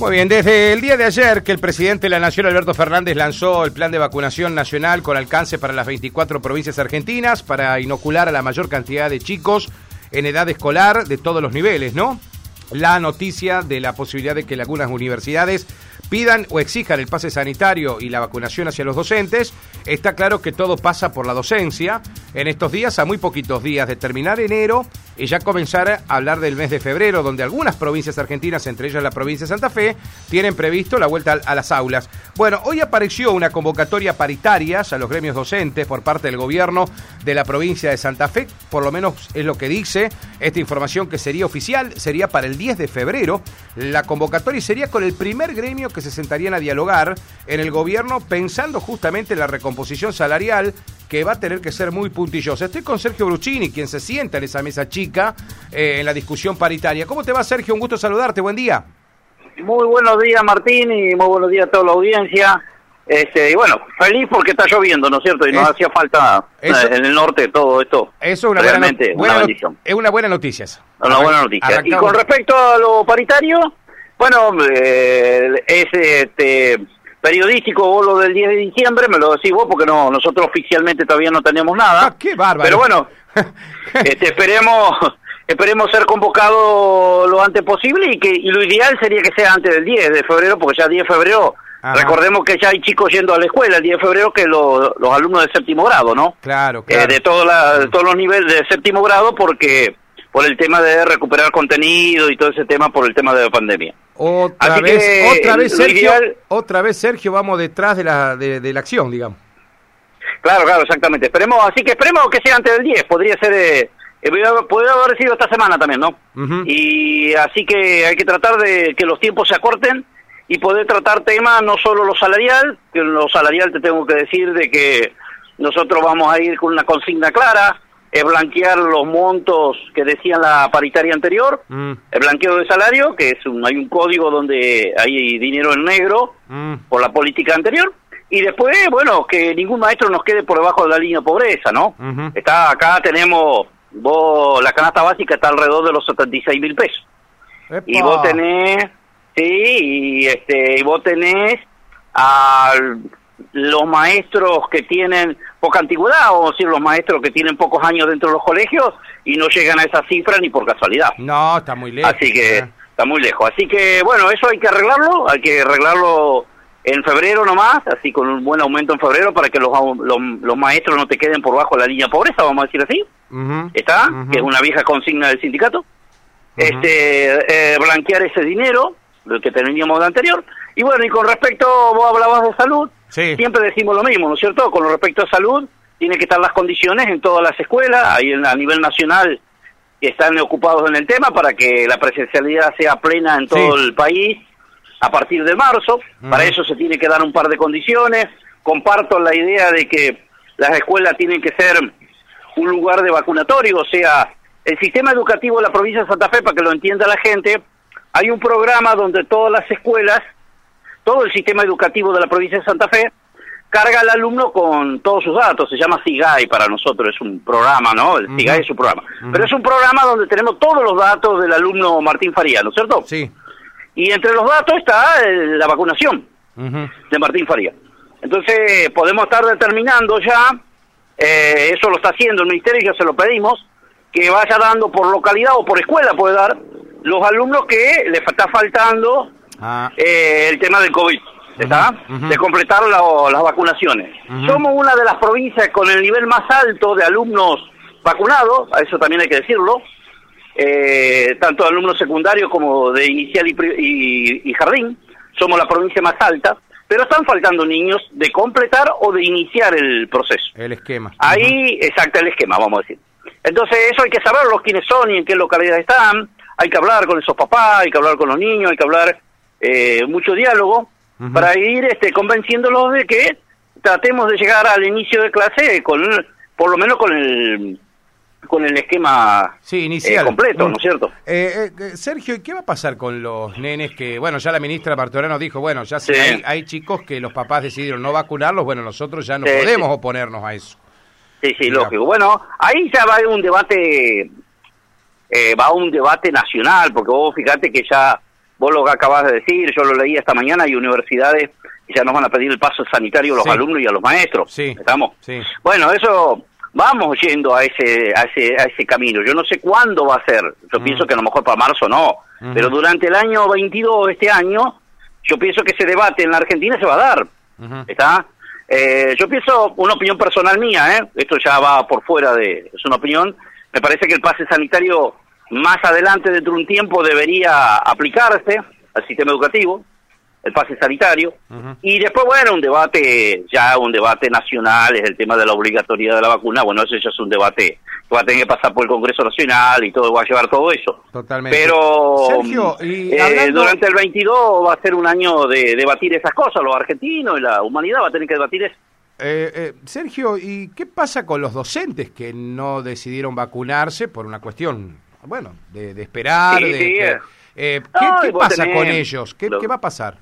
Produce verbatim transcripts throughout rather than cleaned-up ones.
Muy bien, desde el día de ayer que el presidente de la Nación, Alberto Fernández, lanzó el plan de vacunación nacional con alcance para las veinticuatro provincias argentinas para inocular a la mayor cantidad de chicos en edad escolar de todos los niveles, ¿no? La noticia de la posibilidad de que algunas universidades pidan o exijan el pase sanitario y la vacunación hacia los docentes. Está claro que todo pasa por la docencia. En estos días, a muy poquitos días de terminar enero, y ya comenzar a hablar del mes de febrero, donde algunas provincias argentinas, entre ellas la provincia de Santa Fe, tienen previsto la vuelta a las aulas. Bueno, hoy apareció una convocatoria paritarias a los gremios docentes por parte del gobierno de la provincia de Santa Fe, por lo menos es lo que dice esta información, que sería oficial, sería para el diez de febrero, la convocatoria sería con el primer gremio que se sentarían a dialogar en el gobierno, pensando justamente en la recomposición salarial, que va a tener que ser muy puntillosa. Estoy con Sergio Bruchini, quien se sienta en esa mesa chica eh, en la discusión paritaria. ¿Cómo te va, Sergio? Un gusto saludarte, buen día. Muy buenos días, Martín, y muy buenos días a toda la audiencia. Este, y bueno, feliz porque está lloviendo, ¿no es cierto? Y es, nos hacía falta eso, en el norte todo esto. Eso es una realmente buena, una buena Es una buena noticia. Una Arran buena noticia. Arrancamos. Y con respecto a lo paritario, bueno, eh, es este... periodístico, vos lo del diez de diciembre, me lo decís vos porque no, nosotros oficialmente todavía no tenemos nada. Ah, qué bárbaro. Pero bueno, este, esperemos esperemos ser convocados lo antes posible y que y lo ideal sería que sea antes del diez de febrero, porque ya el diez de febrero, ajá, recordemos que ya hay chicos yendo a la escuela el diez de febrero, que lo, los alumnos de séptimo grado, ¿no? Claro, claro. Eh, de, todo la, de todos los niveles de séptimo grado, porque por el tema de recuperar contenido y todo ese tema por el tema de la pandemia. Otra Así vez, que, otra vez, Sergio, ideal, otra vez, Sergio, vamos detrás de la de, de la acción, digamos. Claro, claro, exactamente. Esperemos, así que esperemos que sea antes del diez. Podría ser, eh, podría haber sido esta semana también, ¿no? Uh-huh. Y así que hay que tratar de que los tiempos se acorten y poder tratar temas no solo lo salarial, que lo salarial te tengo que decir de que nosotros vamos a ir con una consigna clara. Es blanquear los montos que decía la paritaria anterior, mm. el blanqueo de salario, que es un, hay un código donde hay dinero en negro mm. por la política anterior, y después, bueno, que ningún maestro nos quede por debajo de la línea de pobreza, ¿no? Uh-huh. Está acá tenemos, vos, la canasta básica está alrededor de los setenta y seis mil pesos. Epa. Y vos tenés, sí, y, este, y vos tenés a los maestros que tienen poca antigüedad, o decir, los maestros que tienen pocos años dentro de los colegios y no llegan a esa cifra ni por casualidad. No, está muy lejos. Así que, ¿eh? está muy lejos. Así que, bueno, eso hay que arreglarlo, hay que arreglarlo en febrero nomás, así con un buen aumento en febrero para que los, los, los maestros no te queden por bajo la línea de pobreza, vamos a decir así. Uh-huh. ¿Está? Uh-huh. Que es una vieja consigna del sindicato. Uh-huh. Este, eh, blanquear ese dinero, lo que teníamos de anterior. Y bueno, y con respecto, vos hablabas de salud, sí, siempre decimos lo mismo, ¿no es cierto? Con respecto a salud, tiene que estar las condiciones en todas las escuelas, ahí a nivel nacional están ocupados en el tema para que la presencialidad sea plena en todo sí. el país a partir de marzo. Uh-huh. Para eso se tiene que dar un par de condiciones. Comparto la idea de que las escuelas tienen que ser un lugar de vacunatorio, o sea, el sistema educativo de la provincia de Santa Fe, para que lo entienda la gente, hay un programa donde todas las escuelas, todo el sistema educativo de la provincia de Santa Fe, carga al alumno con todos sus datos. Se llama SIGAI para nosotros, es un programa, ¿no? El uh-huh. SIGAI es su programa. Uh-huh. Pero es un programa donde tenemos todos los datos del alumno Martín Faría, ¿no es cierto? Sí. Y entre los datos está el, la vacunación uh-huh. de Martín Faría. Entonces, podemos estar determinando ya, eh, eso lo está haciendo el Ministerio y ya se lo pedimos, que vaya dando por localidad o por escuela, puede dar, los alumnos que le está faltando ah. eh, el tema del COVID. ¿Está? Uh-huh, uh-huh. De completar la, las vacunaciones. Uh-huh. Somos una de las provincias con el nivel más alto de alumnos vacunados, a eso también hay que decirlo, eh, tanto de alumnos secundarios como de inicial y, y, y jardín, somos la provincia más alta, pero están faltando niños de completar o de iniciar el proceso. El esquema. Ahí, uh-huh. exacto, el esquema, vamos a decir. Entonces, eso hay que saberlo, quiénes son y en qué localidad están, hay que hablar con esos papás, hay que hablar con los niños, hay que hablar eh, mucho diálogo, uh-huh. para ir este, convenciéndolos de que tratemos de llegar al inicio de clase con, por lo menos con el con el esquema sí, inicial. Eh, completo, ¿no es cierto? Eh, eh, Sergio, ¿y qué va a pasar con los nenes que, bueno, ya la ministra Martorano dijo, bueno, ya sí. si hay, hay chicos que los papás decidieron no vacunarlos, bueno, nosotros ya no sí, podemos sí. oponernos a eso. Sí, sí, Mira. lógico. Bueno, ahí ya va un debate, eh, va un debate nacional, porque vos fíjate que ya vos lo que acabas de decir, yo lo leí esta mañana, hay universidades que ya nos van a pedir el paso sanitario a los sí. alumnos y a los maestros. Sí. ¿Estamos? Sí. Bueno, eso... Vamos yendo a ese a ese a ese camino. Yo no sé cuándo va a ser. Yo mm. pienso que a lo mejor para marzo no. Mm. Pero durante el año veintidós, este año, yo pienso que ese debate en la Argentina se va a dar. Mm. ¿Está? Eh, yo pienso, una opinión personal mía, ¿eh? Esto ya va por fuera de... Es una opinión. Me parece que el pase sanitario más adelante, dentro de un tiempo, debería aplicarse al sistema educativo. El pase sanitario, uh-huh. y después, bueno, un debate, ya un debate nacional, es el tema de la obligatoriedad de la vacuna, bueno, eso ya es un debate que va a tener que pasar por el Congreso Nacional y todo, va a llevar todo eso. Totalmente. Pero Sergio, y eh, hablando... durante el veintidós va a ser un año de debatir esas cosas, los argentinos y la humanidad va a tener que debatir eso. Eh, eh, Sergio, ¿y qué pasa con los docentes que no decidieron vacunarse por una cuestión, bueno, de, de esperar? Sí, de, sí, que, eh, ¿Qué, no, ¿qué pasa tenés, con ellos? ¿Qué, lo... ¿Qué va a pasar?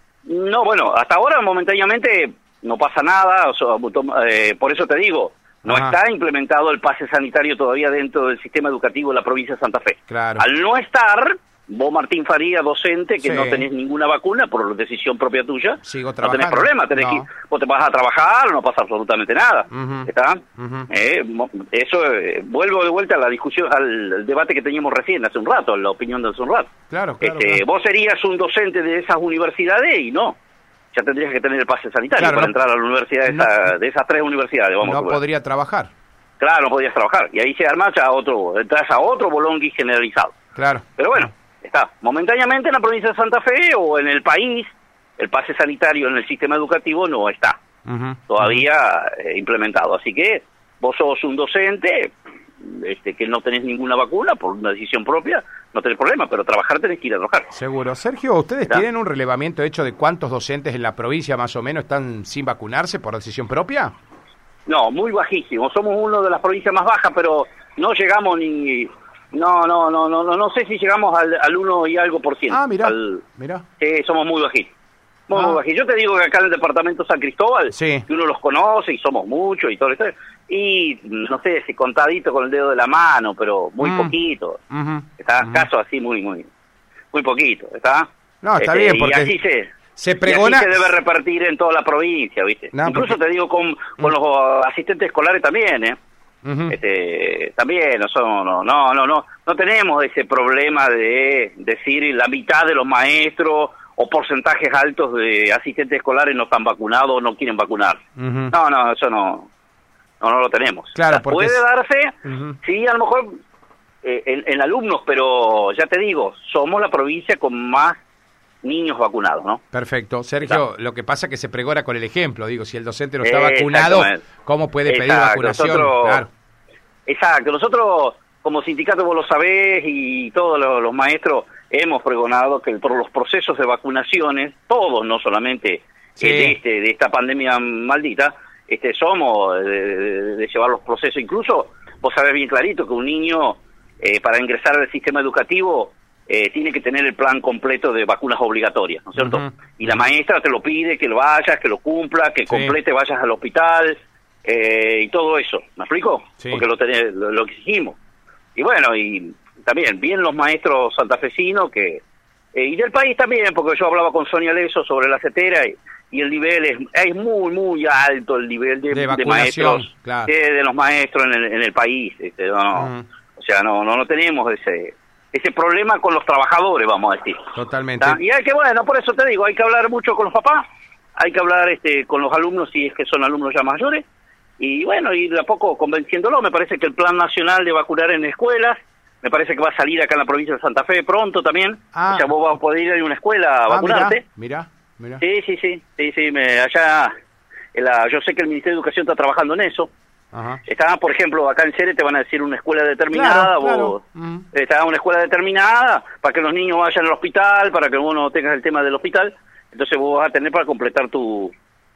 No, bueno, hasta ahora momentáneamente no pasa nada, o sea, eh, por eso te digo, no Ajá. está implementado el pase sanitario todavía dentro del sistema educativo de la provincia de Santa Fe. Claro. Al no estar, vos Martín Faría, docente, que sí. no tenés ninguna vacuna por decisión propia tuya, Sigo no tenés problema, tenés no. que ir, vos te vas a trabajar, no pasa absolutamente nada. Uh-huh. ¿Está? Uh-huh. Eh, eso, eh, vuelvo de vuelta a la discusión, al, al debate que teníamos recién, hace un rato, la opinión de hace un rato. Claro, claro, este, claro. Vos serías un docente de esas universidades y no. Ya tendrías que tener el pase sanitario claro, para no, entrar a la universidad de, no, esa, de esas tres universidades. Vamos no podría trabajar. Claro, no podías trabajar. Y ahí se arma ya otro, entras a otro bolonqui generalizado. Claro. Pero bueno, está momentáneamente en la provincia de Santa Fe o en el país, el pase sanitario en el sistema educativo no está uh-huh. todavía uh-huh. eh, implementado. Así que vos sos un docente este, que no tenés ninguna vacuna por una decisión propia, no tenés problema, pero trabajar tenés que ir a trabajar. Seguro. Sergio, ¿ustedes ¿Está? tienen un relevamiento hecho de cuántos docentes en la provincia más o menos están sin vacunarse por decisión propia? No, muy bajísimo. Somos una de las provincias más bajas, pero no llegamos ni... No, no, no, no, no, no sé si llegamos al, al uno y algo por ciento. Ah, mirá, al, mirá. Sí, somos muy bajitos. Muy, ah. muy bajitos. Yo te digo que acá en el departamento San Cristóbal, sí. que uno los conoce y somos muchos y todo esto, y no sé, si contadito con el dedo de la mano, pero muy mm. poquito. Uh-huh. Está uh-huh. caso así muy, muy, muy poquito, ¿está? No, está este, bien, porque... Y así se... Se pregona... Y así se debe repartir en toda la provincia, ¿viste? No, Incluso porque... te digo con, con uh-huh. los asistentes escolares también, ¿eh? Uh-huh. Este, también no, son, no no no no no tenemos ese problema de decir la mitad de los maestros o porcentajes altos de asistentes escolares no están vacunados o no quieren vacunar. Uh-huh. No, no, eso no no, no lo tenemos. Claro, porque puede es... darse, uh-huh. sí, a lo mejor eh, en, en alumnos, pero ya te digo, somos la provincia con más niños vacunados, ¿no? Perfecto. Sergio, ¿Está? Lo que pasa es que se pregona con el ejemplo, digo, si el docente no está eh, vacunado, ¿cómo puede pedir exacto, vacunación? Nosotros, claro. Exacto, nosotros como sindicato, vos lo sabés, y todos los, los maestros hemos pregonado que por los procesos de vacunaciones, todos, no solamente sí. de, este, de esta pandemia maldita, este somos de, de, de llevar los procesos, incluso vos sabés bien clarito que un niño eh, para ingresar al sistema educativo Eh, tiene que tener el plan completo de vacunas obligatorias, ¿no es cierto? Uh-huh. Y la maestra te lo pide, que lo vayas, que lo cumpla, que sí. complete, vayas al hospital, eh, y todo eso, ¿me explico? Sí. Porque lo, tenés, lo, lo exigimos. Y bueno, y también, bien los maestros santafesinos, que eh, y del país también, porque yo hablaba con Sonia Leso sobre la CETERA, y, y el nivel es, es muy, muy alto, el nivel de, de, de maestros, claro. de, de los maestros en el, en el país, este, no, uh-huh. o sea, no, no, no tenemos ese... ese problema con los trabajadores, vamos a decir. Totalmente. ¿Tá? Y hay que, bueno, por eso te digo, hay que hablar mucho con los papás, hay que hablar este con los alumnos si es que son alumnos ya mayores, y bueno, ir de a poco convenciéndolo. Me parece que el plan nacional de vacunar en escuelas, me parece que va a salir acá en la provincia de Santa Fe pronto también, ah. o sea, vos vas a poder ir a una escuela a ah, vacunarte. Mirá, mirá, mirá. Sí, sí, sí, sí, sí, me, allá, en la, yo sé que el Ministerio de Educación está trabajando en eso. Ajá. Está, por ejemplo, acá en Cere te van a decir una escuela determinada, claro, claro. vos, uh-huh. está una escuela determinada para que los niños vayan al hospital, para que vos no tengas el tema del hospital, entonces vos vas a tener para completar tu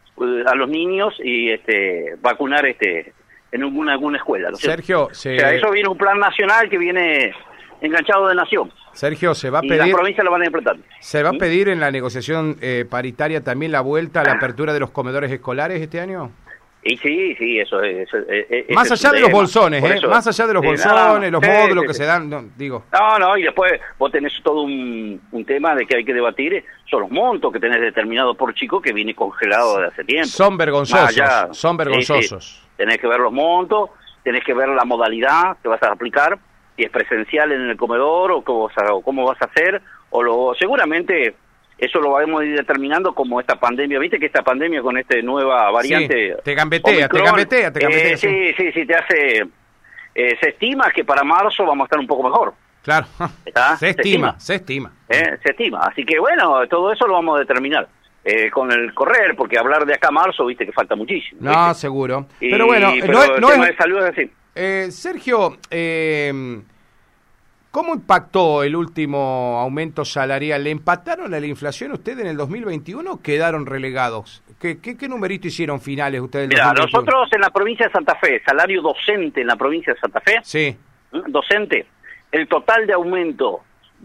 a los niños y este vacunar este en alguna, alguna escuela, ¿no? Sergio, se... o sea, eso viene un plan nacional que viene enganchado de nación. Sergio, se va a y pedir... las provincias lo van a implementar. ¿Se va ¿Sí? a pedir en la negociación eh, paritaria también la vuelta a la apertura de los comedores escolares este año? Y sí, sí, eso es... Eso, es Más allá de los bolsones, ¿eh? Eso, más allá de los sí, bolsones, no, los sí, módulos sí, que sí. se dan, no, digo... No, no, y después vos tenés todo un, un tema de que hay que debatir, son los montos que tenés determinados por chico que viene congelado de hace tiempo. Son vergonzosos, allá, son vergonzosos. Sí, sí. Tenés que ver los montos, tenés que ver la modalidad que vas a aplicar, si es presencial en el comedor o cómo vas a, o cómo vas a hacer, o lo seguramente... Eso lo vamos a ir determinando como esta pandemia, viste que esta pandemia con esta nueva variante... Sí, te gambetea, Omicron, te gambetea, te gambetea. Eh, sí, sí, sí, te hace... Eh, se estima que para marzo vamos a estar un poco mejor. Claro, ¿está? se estima, se estima. Se estima, eh, se estima. Así que bueno, todo eso lo vamos a determinar eh, con el correr, porque hablar de acá a marzo, viste que falta muchísimo. No, ¿viste? Seguro. Y, pero bueno, pero no, el no tema es... de salud es así. Eh, Sergio, eh... ¿cómo impactó el último aumento salarial? ¿Le empataron a la inflación ustedes en el dos mil veintiuno o quedaron relegados? ¿Qué, qué, qué numerito hicieron finales ustedes? Mira, nosotros en la provincia de Santa Fe, salario docente en la provincia de Santa Fe, sí. docente, el total de aumento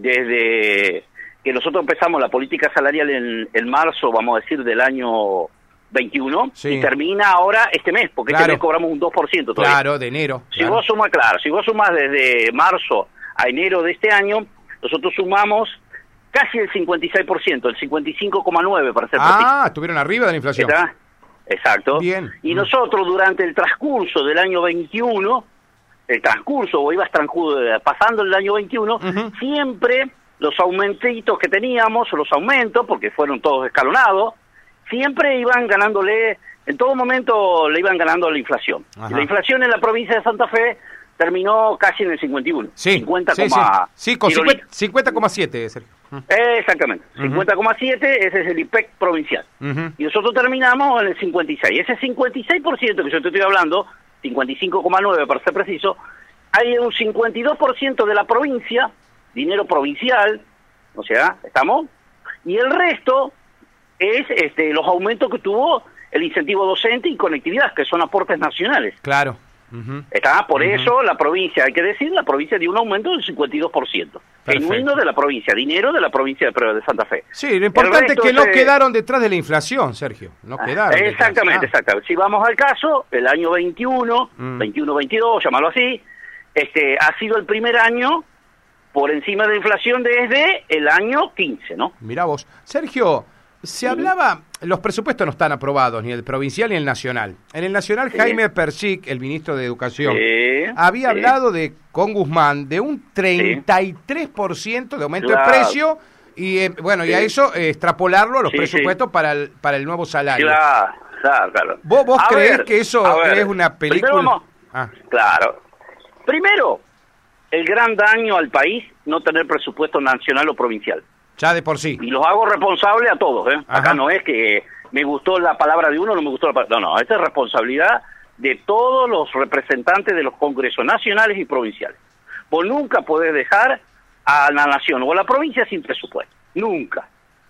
desde que nosotros empezamos la política salarial en, en marzo, vamos a decir, del año veintiuno, sí. y termina ahora este mes, porque claro. este mes cobramos un dos por ciento todavía. Claro, de enero. Si claro. vos sumas, claro, si vos sumas desde marzo a enero de este año, nosotros sumamos casi el cincuenta y seis por ciento, el cincuenta y cinco coma nueve por ciento para ser preciso. Ah, estuvieron arriba de la inflación. ¿Está? Exacto. Bien. Y mm. nosotros durante el transcurso del año veintiuno, el transcurso, o ibas pasando el año veintiuno, uh-huh. siempre los aumentitos que teníamos, los aumentos, porque fueron todos escalonados, siempre iban ganándole, en todo momento le iban ganando a la inflación. Ajá. La inflación en la provincia de Santa Fe terminó casi en el cincuenta y uno. Sí, cincuenta, sí, sí. sí con cincuenta coma siete, Sergio. Exactamente, uh-huh. cincuenta coma siete, ese es el I P E C provincial. Uh-huh. Y nosotros terminamos en el cincuenta y seis. Ese cincuenta y seis por ciento que yo te estoy hablando, cincuenta y cinco coma nueve para ser preciso, hay un cincuenta y dos por ciento de la provincia, dinero provincial, o sea, ¿estamos? Y el resto es este los aumentos que tuvo el incentivo docente y conectividad, que son aportes nacionales. Claro. Uh-huh. Está, por uh-huh. eso la provincia, hay que decir, la provincia dio un aumento del cincuenta y dos por ciento. Genuino de la provincia, dinero de la provincia de, de Santa Fe. Sí, lo importante es que no se... quedaron detrás de la inflación, Sergio. No quedaron. Exactamente, detrás. exactamente. Si vamos al caso, el año veintiuno, mm. veintiuno veintidós, llamarlo así, este ha sido el primer año por encima de la inflación desde el año quince, ¿no? Mirá vos. Sergio, se hablaba, los presupuestos no están aprobados, ni el provincial ni el nacional. En el nacional, sí. Jaime Persic, el ministro de Educación, sí, había sí. hablado de con Guzmán de un treinta y tres por ciento de aumento claro. de precio y eh, bueno, sí. y a eso eh, extrapolarlo a los sí, presupuestos sí. para el para el nuevo salario. Claro, claro, claro. ¿Vos, vos creés ver, que eso es una película? Vamos, ah. Claro. Primero, el gran daño al país no tener presupuesto nacional o provincial. Ya de por sí. Y los hago responsables a todos, ¿eh? Ajá. Acá no es que me gustó la palabra de uno, no me gustó la palabra... No, no, esta es responsabilidad de todos los representantes de los congresos nacionales y provinciales. Vos nunca podés dejar a la nación o a la provincia sin presupuesto. Nunca.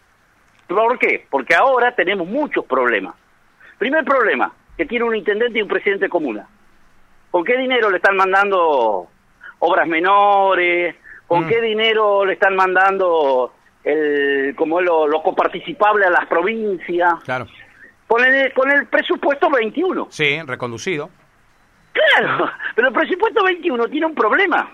¿Por qué? Porque ahora tenemos muchos problemas. Primer problema, que tiene un intendente y un presidente de comuna. ¿Con qué dinero le están mandando obras menores? ¿Con mm. qué dinero le están mandando... el como lo, lo coparticipable a las provincias? Claro. Con el, con el presupuesto veintiuno. Sí, reconducido. Claro, pero el presupuesto veintiuno tiene un problema.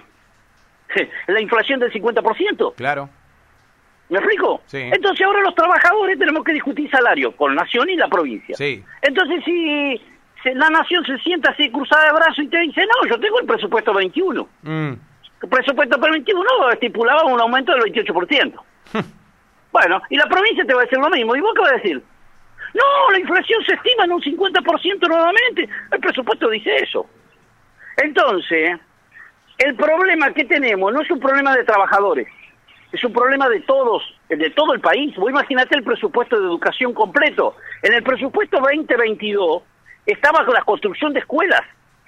La inflación del cincuenta por ciento. Claro. ¿Me explico? Sí. Entonces ahora los trabajadores tenemos que discutir salario con nación y la provincia. Sí. Entonces si, si la nación se sienta así cruzada de brazos y te dice, no, yo tengo el presupuesto veintiuno. Mm. El presupuesto veintiuno estipulaba un aumento del veintiocho por ciento. Bueno, y la provincia te va a decir lo mismo. ¿Y vos qué vas a decir? No, la inflación se estima en un cincuenta por ciento nuevamente. El presupuesto dice eso. Entonces, el problema que tenemos no es un problema de trabajadores, es un problema de todos, de todo el país. Vos imagínate el presupuesto de educación completo. En el presupuesto veinte veintidós estaba la construcción de escuelas.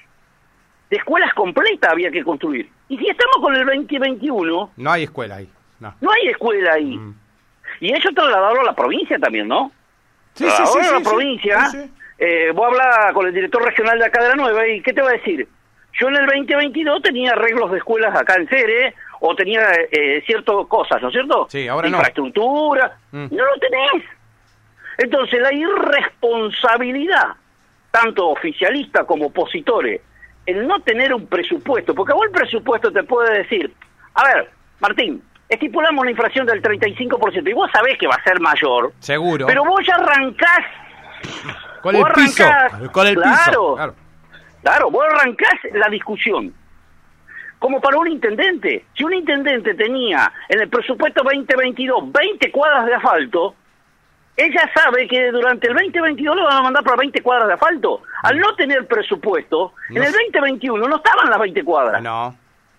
De escuelas completas había que construir. Y si estamos con el veinte veintiuno... No hay escuela ahí. No, no hay escuela ahí. Mm. Y eso trasladarlo a la provincia también, ¿no? Sí, sí, sí, a la sí, provincia, sí, sí. Eh, vos hablas con el director regional de acá de la Nueva y ¿qué te va a decir? Yo en el veinte veintidós tenía arreglos de escuelas acá en Cere, o tenía eh, ciertas cosas, ¿no es cierto? Sí, ahora no. Infraestructura, mm. no lo tenés. Entonces la irresponsabilidad tanto oficialistas como opositores, el no tener un presupuesto, porque vos el presupuesto te puede decir, a ver, Martín, estipulamos la inflación del treinta y cinco por ciento, y vos sabés que va a ser mayor. Seguro. Pero vos ya arrancás... Con el piso. Arrancás, con el claro, piso. Claro. Claro, vos arrancás la discusión. Como para un intendente. Si un intendente tenía en el presupuesto veinte veintidós veinte cuadras de asfalto, ella sabe que durante el veinte veintidós lo van a mandar para veinte cuadras de asfalto. Al no tener presupuesto, no. En el veinte veintiuno no estaban las veinte cuadras. No.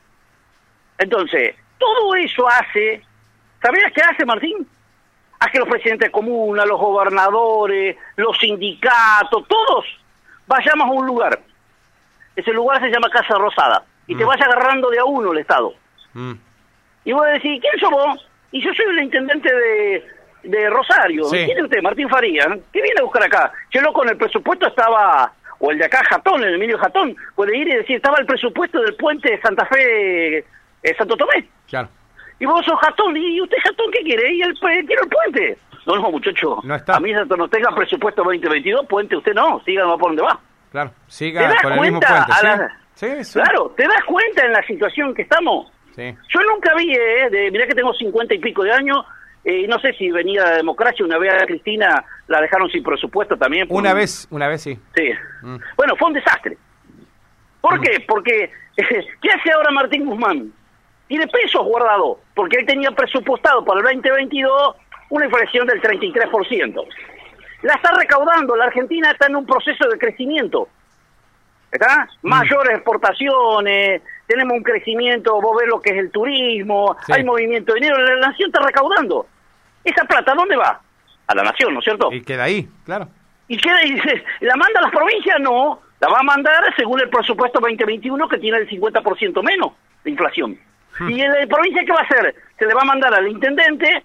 Entonces, todo eso hace... ¿Sabías qué hace, Martín? Hace que los presidentes de comuna, los gobernadores, los sindicatos, todos vayamos a un lugar. Ese lugar se llama Casa Rosada. Y mm. te vaya agarrando de a uno el Estado. Mm. Y vos decís, ¿quién sos vos? Y yo soy el intendente de, de Rosario. Sí. ¿Quién es usted? Martín Faría. ¿Qué viene a buscar acá? Yo loco, en el presupuesto estaba... O el de acá, Jatón, el Emilio Jatón. Puede ir y decir, estaba el presupuesto del puente de Santa Fe, eh, Santo Tomé. Claro. Y vos sos Jatón. ¿Y usted, Jatón, qué quiere? ¿Y el, quiero el puente? No, no, muchacho. No está. A mí no tenga presupuesto veinte veintidós, puente usted no. Siga nomás por donde va. Claro, siga con el mismo puente. ¿Sí? La... Sí, sí. Claro, ¿te das cuenta en la situación que estamos? Sí. Yo nunca vi, eh, de, mirá que tengo cincuenta y pico de años, y eh, no sé si venía la democracia, una vez a Cristina la dejaron sin presupuesto también. Por... Una vez, una vez sí. Sí. Mm. Bueno, fue un desastre. ¿Por mm. qué? Porque, eh, ¿qué hace ahora Martín Guzmán? Tiene pesos guardados, porque él tenía presupuestado para el veinte veintidós una inflación del treinta y tres por ciento. La está recaudando, la Argentina está en un proceso de crecimiento. ¿Está? Mm. Mayores exportaciones, tenemos un crecimiento, vos ves lo que es el turismo, sí. Hay movimiento de dinero, la nación está recaudando. ¿Esa plata dónde va? A la nación, ¿no es cierto? Y queda ahí, claro. ¿Y queda ahí? ¿La manda a las provincias? No, la va a mandar según el presupuesto veinte veintiuno, que tiene el cincuenta por ciento menos de inflación. Mm. ¿Y en la provincia qué va a hacer? Se le va a mandar al intendente...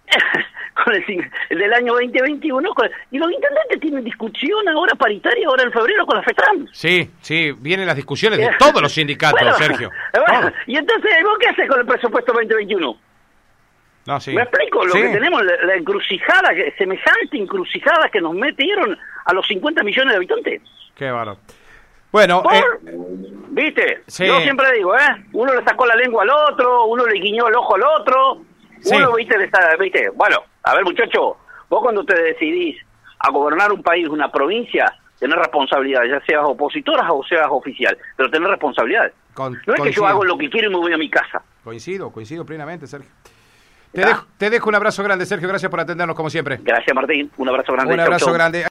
con el, el del año veinte veintiuno, con el, y los intendentes tienen discusión ahora paritaria, ahora en febrero con la FETRAM. Sí, sí, vienen las discusiones de todos los sindicatos, bueno, Sergio. Bueno, y entonces, ¿vos qué haces con el presupuesto veinte veintiuno? No, sí. ¿Me explico? Lo sí. que tenemos, la, la encrucijada, que, semejante encrucijada que nos metieron a los cincuenta millones de habitantes. Qué bárbaro. Bueno, Por, eh, ¿viste? Sí. Yo siempre digo, ¿eh? Uno le sacó la lengua al otro, uno le guiñó el ojo al otro. Sí. Uno, viste, está, viste, bueno, a ver, muchacho, vos cuando te decidís a gobernar un país, una provincia, tenés responsabilidad, ya seas opositora o seas oficial, pero tenés responsabilidad. Con, no es coincido. Que yo hago lo que quiero y me voy a mi casa. Coincido, coincido plenamente, Sergio. Te dejo, te dejo un abrazo grande, Sergio, gracias por atendernos como siempre. Gracias, Martín, un abrazo grande. Un abrazo chau, chau. grande.